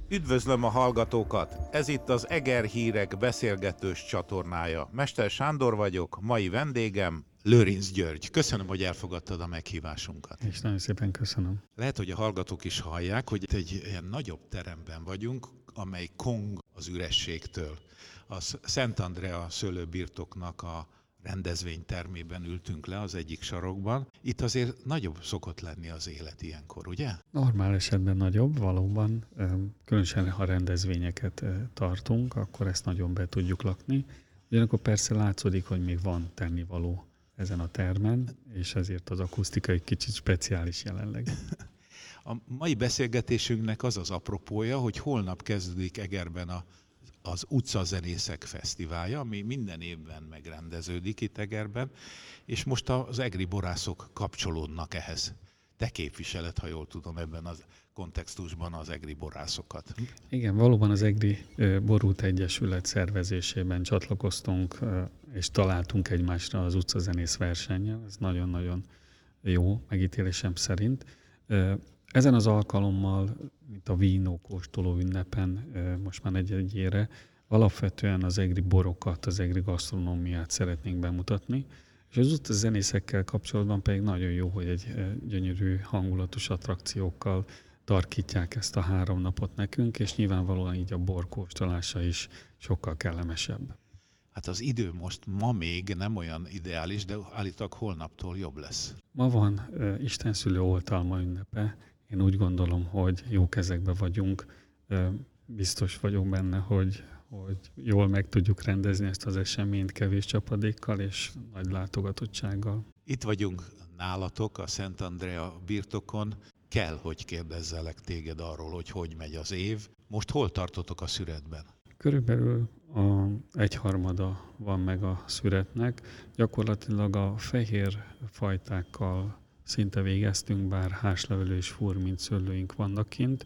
Üdvözlöm a hallgatókat! Ez itt az Eger Hírek beszélgetős csatornája. Mester Sándor vagyok, mai vendégem Lőrinc György. Köszönöm, hogy elfogadtad a meghívásunkat. És nagyon szépen köszönöm. Lehet, hogy a hallgatók is hallják, hogy itt egy ilyen nagyobb teremben vagyunk, amely kong az ürességtől. A Szent Andrea szőlőbirtoknak a rendezvénytermében ültünk le az egyik sarokban. Itt azért nagyobb szokott lenni az élet ilyenkor, ugye? Normál esetben nagyobb, valóban. Különösen, ha rendezvényeket tartunk, akkor ezt nagyon be tudjuk lakni. Ugyanakkor persze látszódik, hogy még van tennivaló ezen a termen, és ezért az akusztika egy kicsit speciális jelenleg. A mai beszélgetésünknek az az apropója, hogy holnap kezdődik Egerben az Utcazenészek Fesztiválja, ami minden évben megrendeződik itt Egerben, és most az egri borászok kapcsolódnak ehhez. Te képviseled, ha jól tudom, ebben a kontextusban az egri borászokat. Igen, valóban az Egri Borút Egyesület szervezésében csatlakoztunk, és találtunk egymásra az utcazenész versennyel. Ez nagyon-nagyon jó megítélésem szerint. Ezen az alkalommal, mint a vínó kóstoló ünnepen, most már egyre, alapvetően az egri borokat, az egri gasztronómiát szeretnénk bemutatni, és az utcazenészekkel kapcsolatban pedig nagyon jó, hogy egy gyönyörű, hangulatos attrakciókkal tarkítják ezt a 3 napot nekünk, és nyilvánvalóan így a bor kóstolása is sokkal kellemesebb. Hát az idő most ma még nem olyan ideális, de állítólag holnaptól jobb lesz. Ma van Isten szülő oltalma ünnepe. Én úgy gondolom, hogy jó kezekben vagyunk. Biztos vagyok benne, hogy jól meg tudjuk rendezni ezt az eseményt kevés csapadékkal és nagy látogatottsággal. Itt vagyunk nálatok, a Szent Andrea birtokon. Kell, hogy kérdezzelek téged arról, hogy megy az év. Most hol tartotok a szüretben? Körülbelül egyharmada van meg a szüretnek. Gyakorlatilag a fehér fajtákkal szinte végeztünk, bár hárslevelő és furmint szőlőink vannak kint.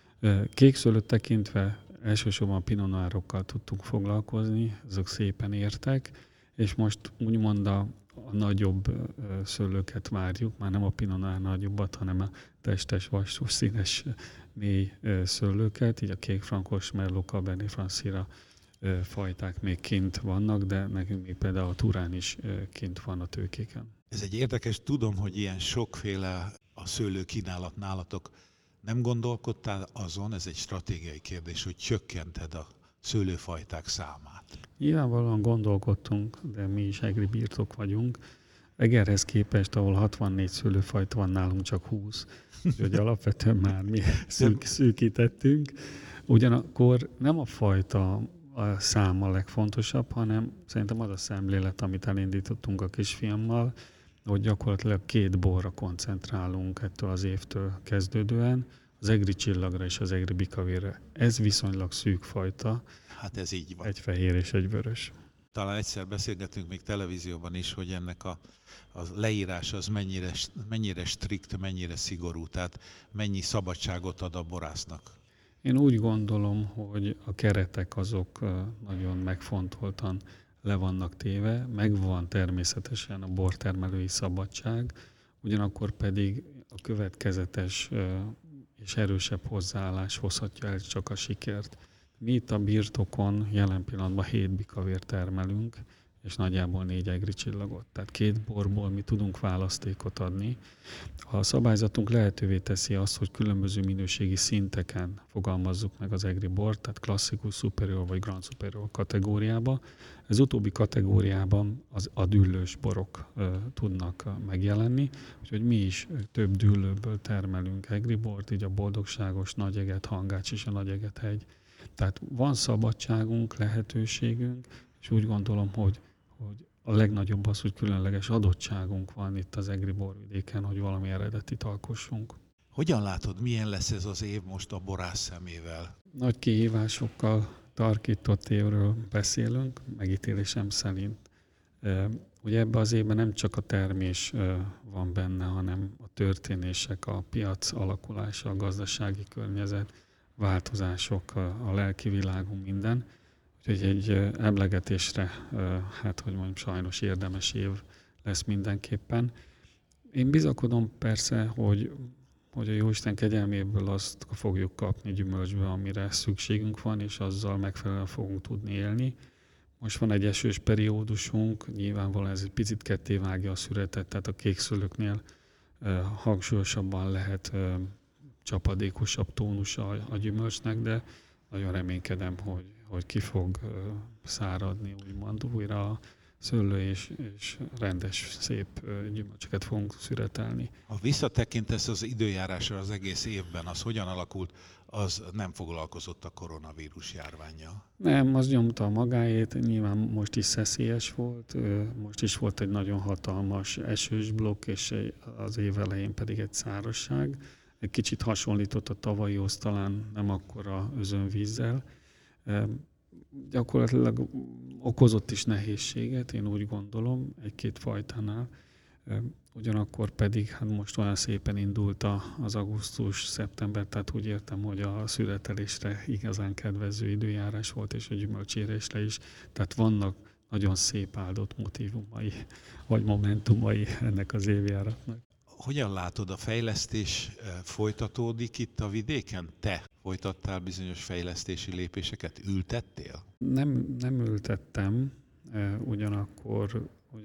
Kék szőlőt tekintve elsősorban a Pinot Noirokkal tudtunk foglalkozni, azok szépen értek, és most úgymond a nagyobb szőlőket várjuk, már nem a Pinot Noir nagyobbat, hanem a testes, vassús, színes, mély szőlőket, így a kék frankos, Merlot, Cabernet Franc fajták még kint vannak, de nekünk még például a Turán is kint van a tőkéken. Ez egy érdekes, tudom, hogy ilyen sokféle a szőlő kínálat nálatok. Nem gondolkodtál azon, ez egy stratégiai kérdés, hogy csökkented a szőlőfajták számát? Nyilvánvalóan gondolkodtunk, de mi is egri birtok vagyunk. Egerhez képest, ahol 64 szőlőfajta van, nálunk csak 20, úgyhogy alapvetően már mi szűkítettünk. Ugyanakkor nem a fajta a szám a legfontosabb, hanem szerintem az a szemlélet, amit elindítottunk a kisfiammal, hogy gyakorlatilag 2 borra koncentrálunk ettől az évtől kezdődően, az egri csillagra és az egri bikavérre. Ez viszonylag szűk fajta. Hát ez így van. Egy fehér és egy vörös. Talán egyszer beszélgetünk még televízióban is, hogy ennek a leírás az mennyire strikt, mennyire szigorú, tehát mennyi szabadságot ad a borásznak. Én úgy gondolom, hogy a keretek azok nagyon megfontoltan le vannak téve, megvan természetesen a bortermelői szabadság, ugyanakkor pedig a következetes és erősebb hozzáállás hozhatja el csak a sikert. Mi itt a birtokon jelen pillanatban 7 bikavért termelünk, és nagyjából 4 egri csillagot. Tehát 2 borból mi tudunk választékot adni. A szabályzatunk lehetővé teszi azt, hogy különböző minőségi szinteken fogalmazzuk meg az egri bort, tehát klasszikus, superior vagy grand superior kategóriába. Ez utóbbi kategóriában a düllős borok tudnak megjelenni, úgyhogy mi is több düllőből termelünk egri bort, így a Boldogságos, Nagyeget, Hangács és a Nagyeget-hegy. Tehát van szabadságunk, lehetőségünk, és úgy gondolom, hogy a legnagyobb az, hogy különleges adottságunk van itt az egri borvidéken, hogy valami eredetit alkossunk. Hogyan látod, milyen lesz ez az év most a borász szemével? Nagy kihívásokkal tarkított évről beszélünk, megítélésem szerint. Ugye ebben az évben nem csak a termés van benne, hanem a történések, a piac alakulása, a gazdasági környezet, változások, a lelki világunk, minden. Úgyhogy egy emlegetésre, sajnos érdemes év lesz mindenképpen. Én bizakodom persze, hogy hogy a Jóisten kegyelméből azt fogjuk kapni gyümölcsbe, amire szükségünk van, és azzal megfelelően fogunk tudni élni. Most van egy esős periódusunk, nyilvánvalóan ez egy picit kettévágja a szüretet, tehát a kékszőlőknél hangsúlyosabban lehet csapadékosabb tónusa a gyümölcsnek, de nagyon reménykedem, hogy ki fog száradni, úgymond újra a szőlő, és rendes, szép gyümölcsöket fogunk szüretelni. Ha visszatekintesz az időjárásra az egész évben, az hogyan alakult, az nem foglalkozott a koronavírus járvánnyal? Nem, az nyomta a magáét, nyilván most is szeszélyes volt, most is volt egy nagyon hatalmas esős blokk, és az év elején pedig egy szárazság. Egy kicsit hasonlított a tavalyihoz, talán nem akkora özönvízzel. Gyakorlatilag okozott is nehézséget, én úgy gondolom, egy-két fajtánál. Ugyanakkor pedig hát most olyan szépen indult az augusztus-szeptember, tehát úgy értem, hogy a születelésre igazán kedvező időjárás volt, és a gyümölcsérésre is. Tehát vannak nagyon szép áldott motívumai, vagy momentumai ennek az évjáratnak. Hogyan látod, a fejlesztés folytatódik itt a vidéken? Te folytattál bizonyos fejlesztési lépéseket? Ültettél? Nem ültettem, ugyanakkor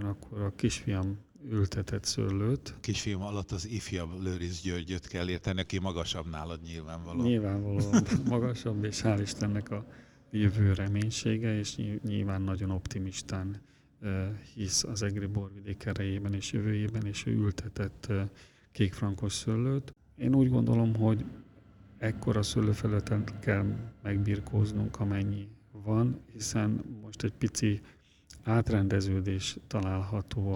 a kisfiam ültetett szőlőt. A kisfiam alatt az ifjabb Lőrinc Györgyöt kell érteni, aki magasabb nálad nyilvánvalóan. Nyilvánvalóan magasabb, és hál' Istennek a jövő reménysége, és nyilván nagyon optimistán hisz az egri borvidék erejében és jövőjében, és ő ültetett kékfrankos szőlőt. Én úgy gondolom, hogy ekkora szőlőfelületen kell megbirkóznunk, amennyi van, hiszen most egy pici átrendeződés található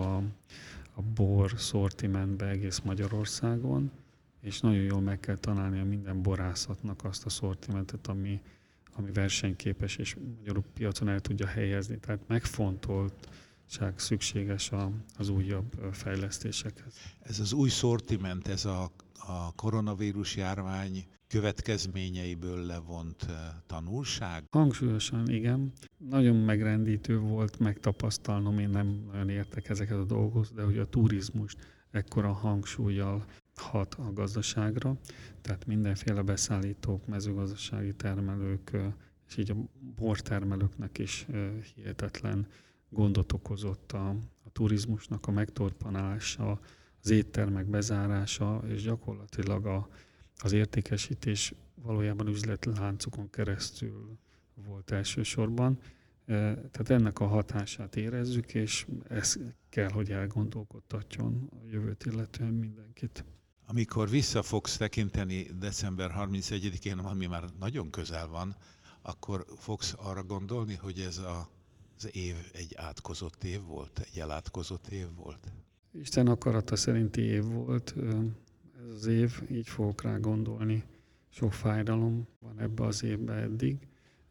a bor szortimentbe egész Magyarországon, és nagyon jól meg kell találni a minden borászatnak azt a szortimentet, ami versenyképes és magyarul piacon el tudja helyezni. Tehát megfontoltság szükséges az újabb fejlesztésekhez. Ez az új szortiment, ez a koronavírus járvány következményeiből levont tanulság? Hangsúlyosan igen. Nagyon megrendítő volt megtapasztalnom, én nem nagyon értek ezeket a dolgokat, de hogy a turizmus ekkora hangsúllyal hat a gazdaságra, tehát mindenféle beszállítók, mezőgazdasági termelők, és így a bortermelőknek is hihetetlen gondot okozott a turizmusnak a megtorpanása, az éttermek bezárása, és gyakorlatilag az értékesítés valójában üzletláncokon keresztül volt elsősorban. Tehát ennek a hatását érezzük, és ez kell, hogy elgondolkodtatjon a jövőt illetően mindenkit. Amikor vissza fogsz tekinteni december 31-én, ami már nagyon közel van, akkor fogsz arra gondolni, hogy ez az év egy átkozott év volt, egy elátkozott év volt? Isten akarata szerinti év volt ez az év, így fogok rá gondolni. Sok fájdalom van ebbe az évbe eddig,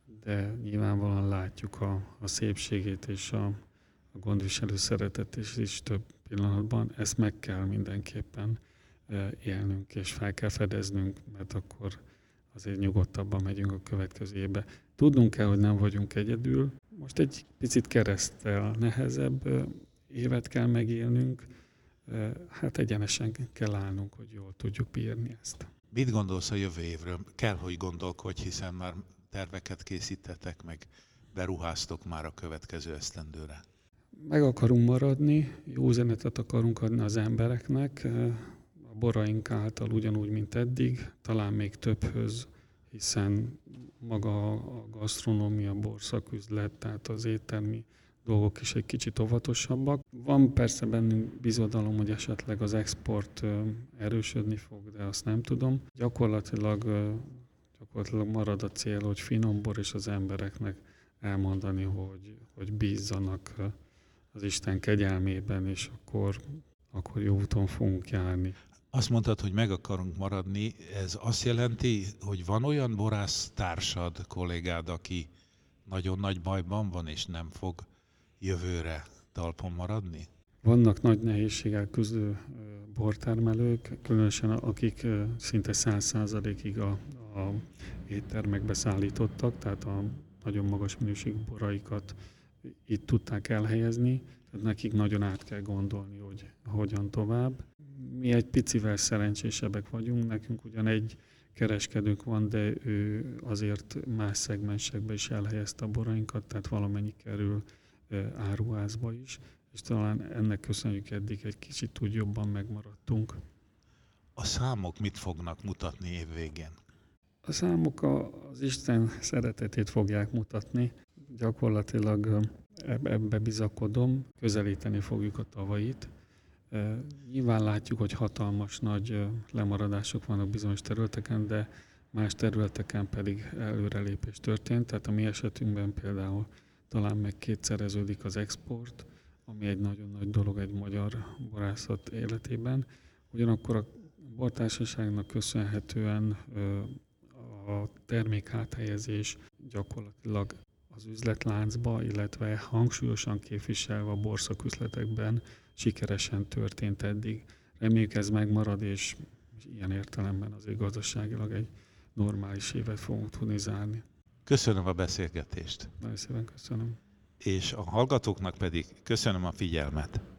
de nyilvánvalóan látjuk a szépségét és a gondviselő szeretetét is több pillanatban. Ezt meg kell mindenképpen élnünk, és fel kell fedeznünk, mert akkor azért nyugodtabban megyünk a következő évbe. Tudnunk kell, hogy nem vagyunk egyedül. Most egy picit kereszttel nehezebb évet kell megélnünk, hát egyenesen kell állnunk, hogy jól tudjuk bírni ezt. Mit gondolsz a jövő évről? Kell, hogy gondolkodj, hiszen már terveket készítettek, meg beruháztok már a következő esztendőre. Meg akarunk maradni, jó üzenetet akarunk adni az embereknek, a boraink által ugyanúgy, mint eddig, talán még többhöz, hiszen maga a gasztronómia, borszaküzlet, tehát az éttermi dolgok is egy kicsit óvatosabbak. Van persze bennünk bizodalom, hogy esetleg az export erősödni fog, de azt nem tudom. Gyakorlatilag marad a cél, hogy finom bor és az embereknek elmondani, hogy bízzanak az Isten kegyelmében, és akkor jó úton fogunk járni. Azt mondtad, hogy meg akarunk maradni. Ez azt jelenti, hogy van olyan borász társad, kollégád, aki nagyon nagy bajban van, és nem fog jövőre talpon maradni? Vannak nagy nehézséggel küzdő bortermelők, különösen akik szinte 100%-ig a éttermekbe szállítottak, tehát a nagyon magas minőségű boraikat itt tudták elhelyezni, tehát nekik nagyon át kell gondolni, hogy hogyan tovább. Mi egy picivel szerencsésebbek vagyunk, nekünk ugyan egy kereskedőnk van, de ő azért más szegmensekbe is elhelyezte a borainkat, tehát valamennyi kerül áruházba is, és talán ennek köszönjük eddig egy kicsit úgy jobban megmaradtunk. A számok mit fognak mutatni évvégén? A számok az Isten szeretetét fogják mutatni. Gyakorlatilag ebbe bizakodom, közelíteni fogjuk a tavait. Nyilván látjuk, hogy hatalmas nagy lemaradások vannak bizonyos területeken, de más területeken pedig előrelépés történt. Tehát a mi esetünkben például talán meg kétszereződik az export, ami egy nagyon nagy dolog egy magyar borászat életében. Ugyanakkor a bortársaságnak köszönhetően a termékáthelyezés gyakorlatilag az üzletláncba, illetve hangsúlyosan képviselve a borszaküzletekben sikeresen történt eddig. Reméljük ez megmarad, és ilyen értelemben azért gazdaságilag egy normális évet fogunk tudni zárni. Köszönöm a beszélgetést. Nagyon szépen köszönöm. És a hallgatóknak pedig köszönöm a figyelmet.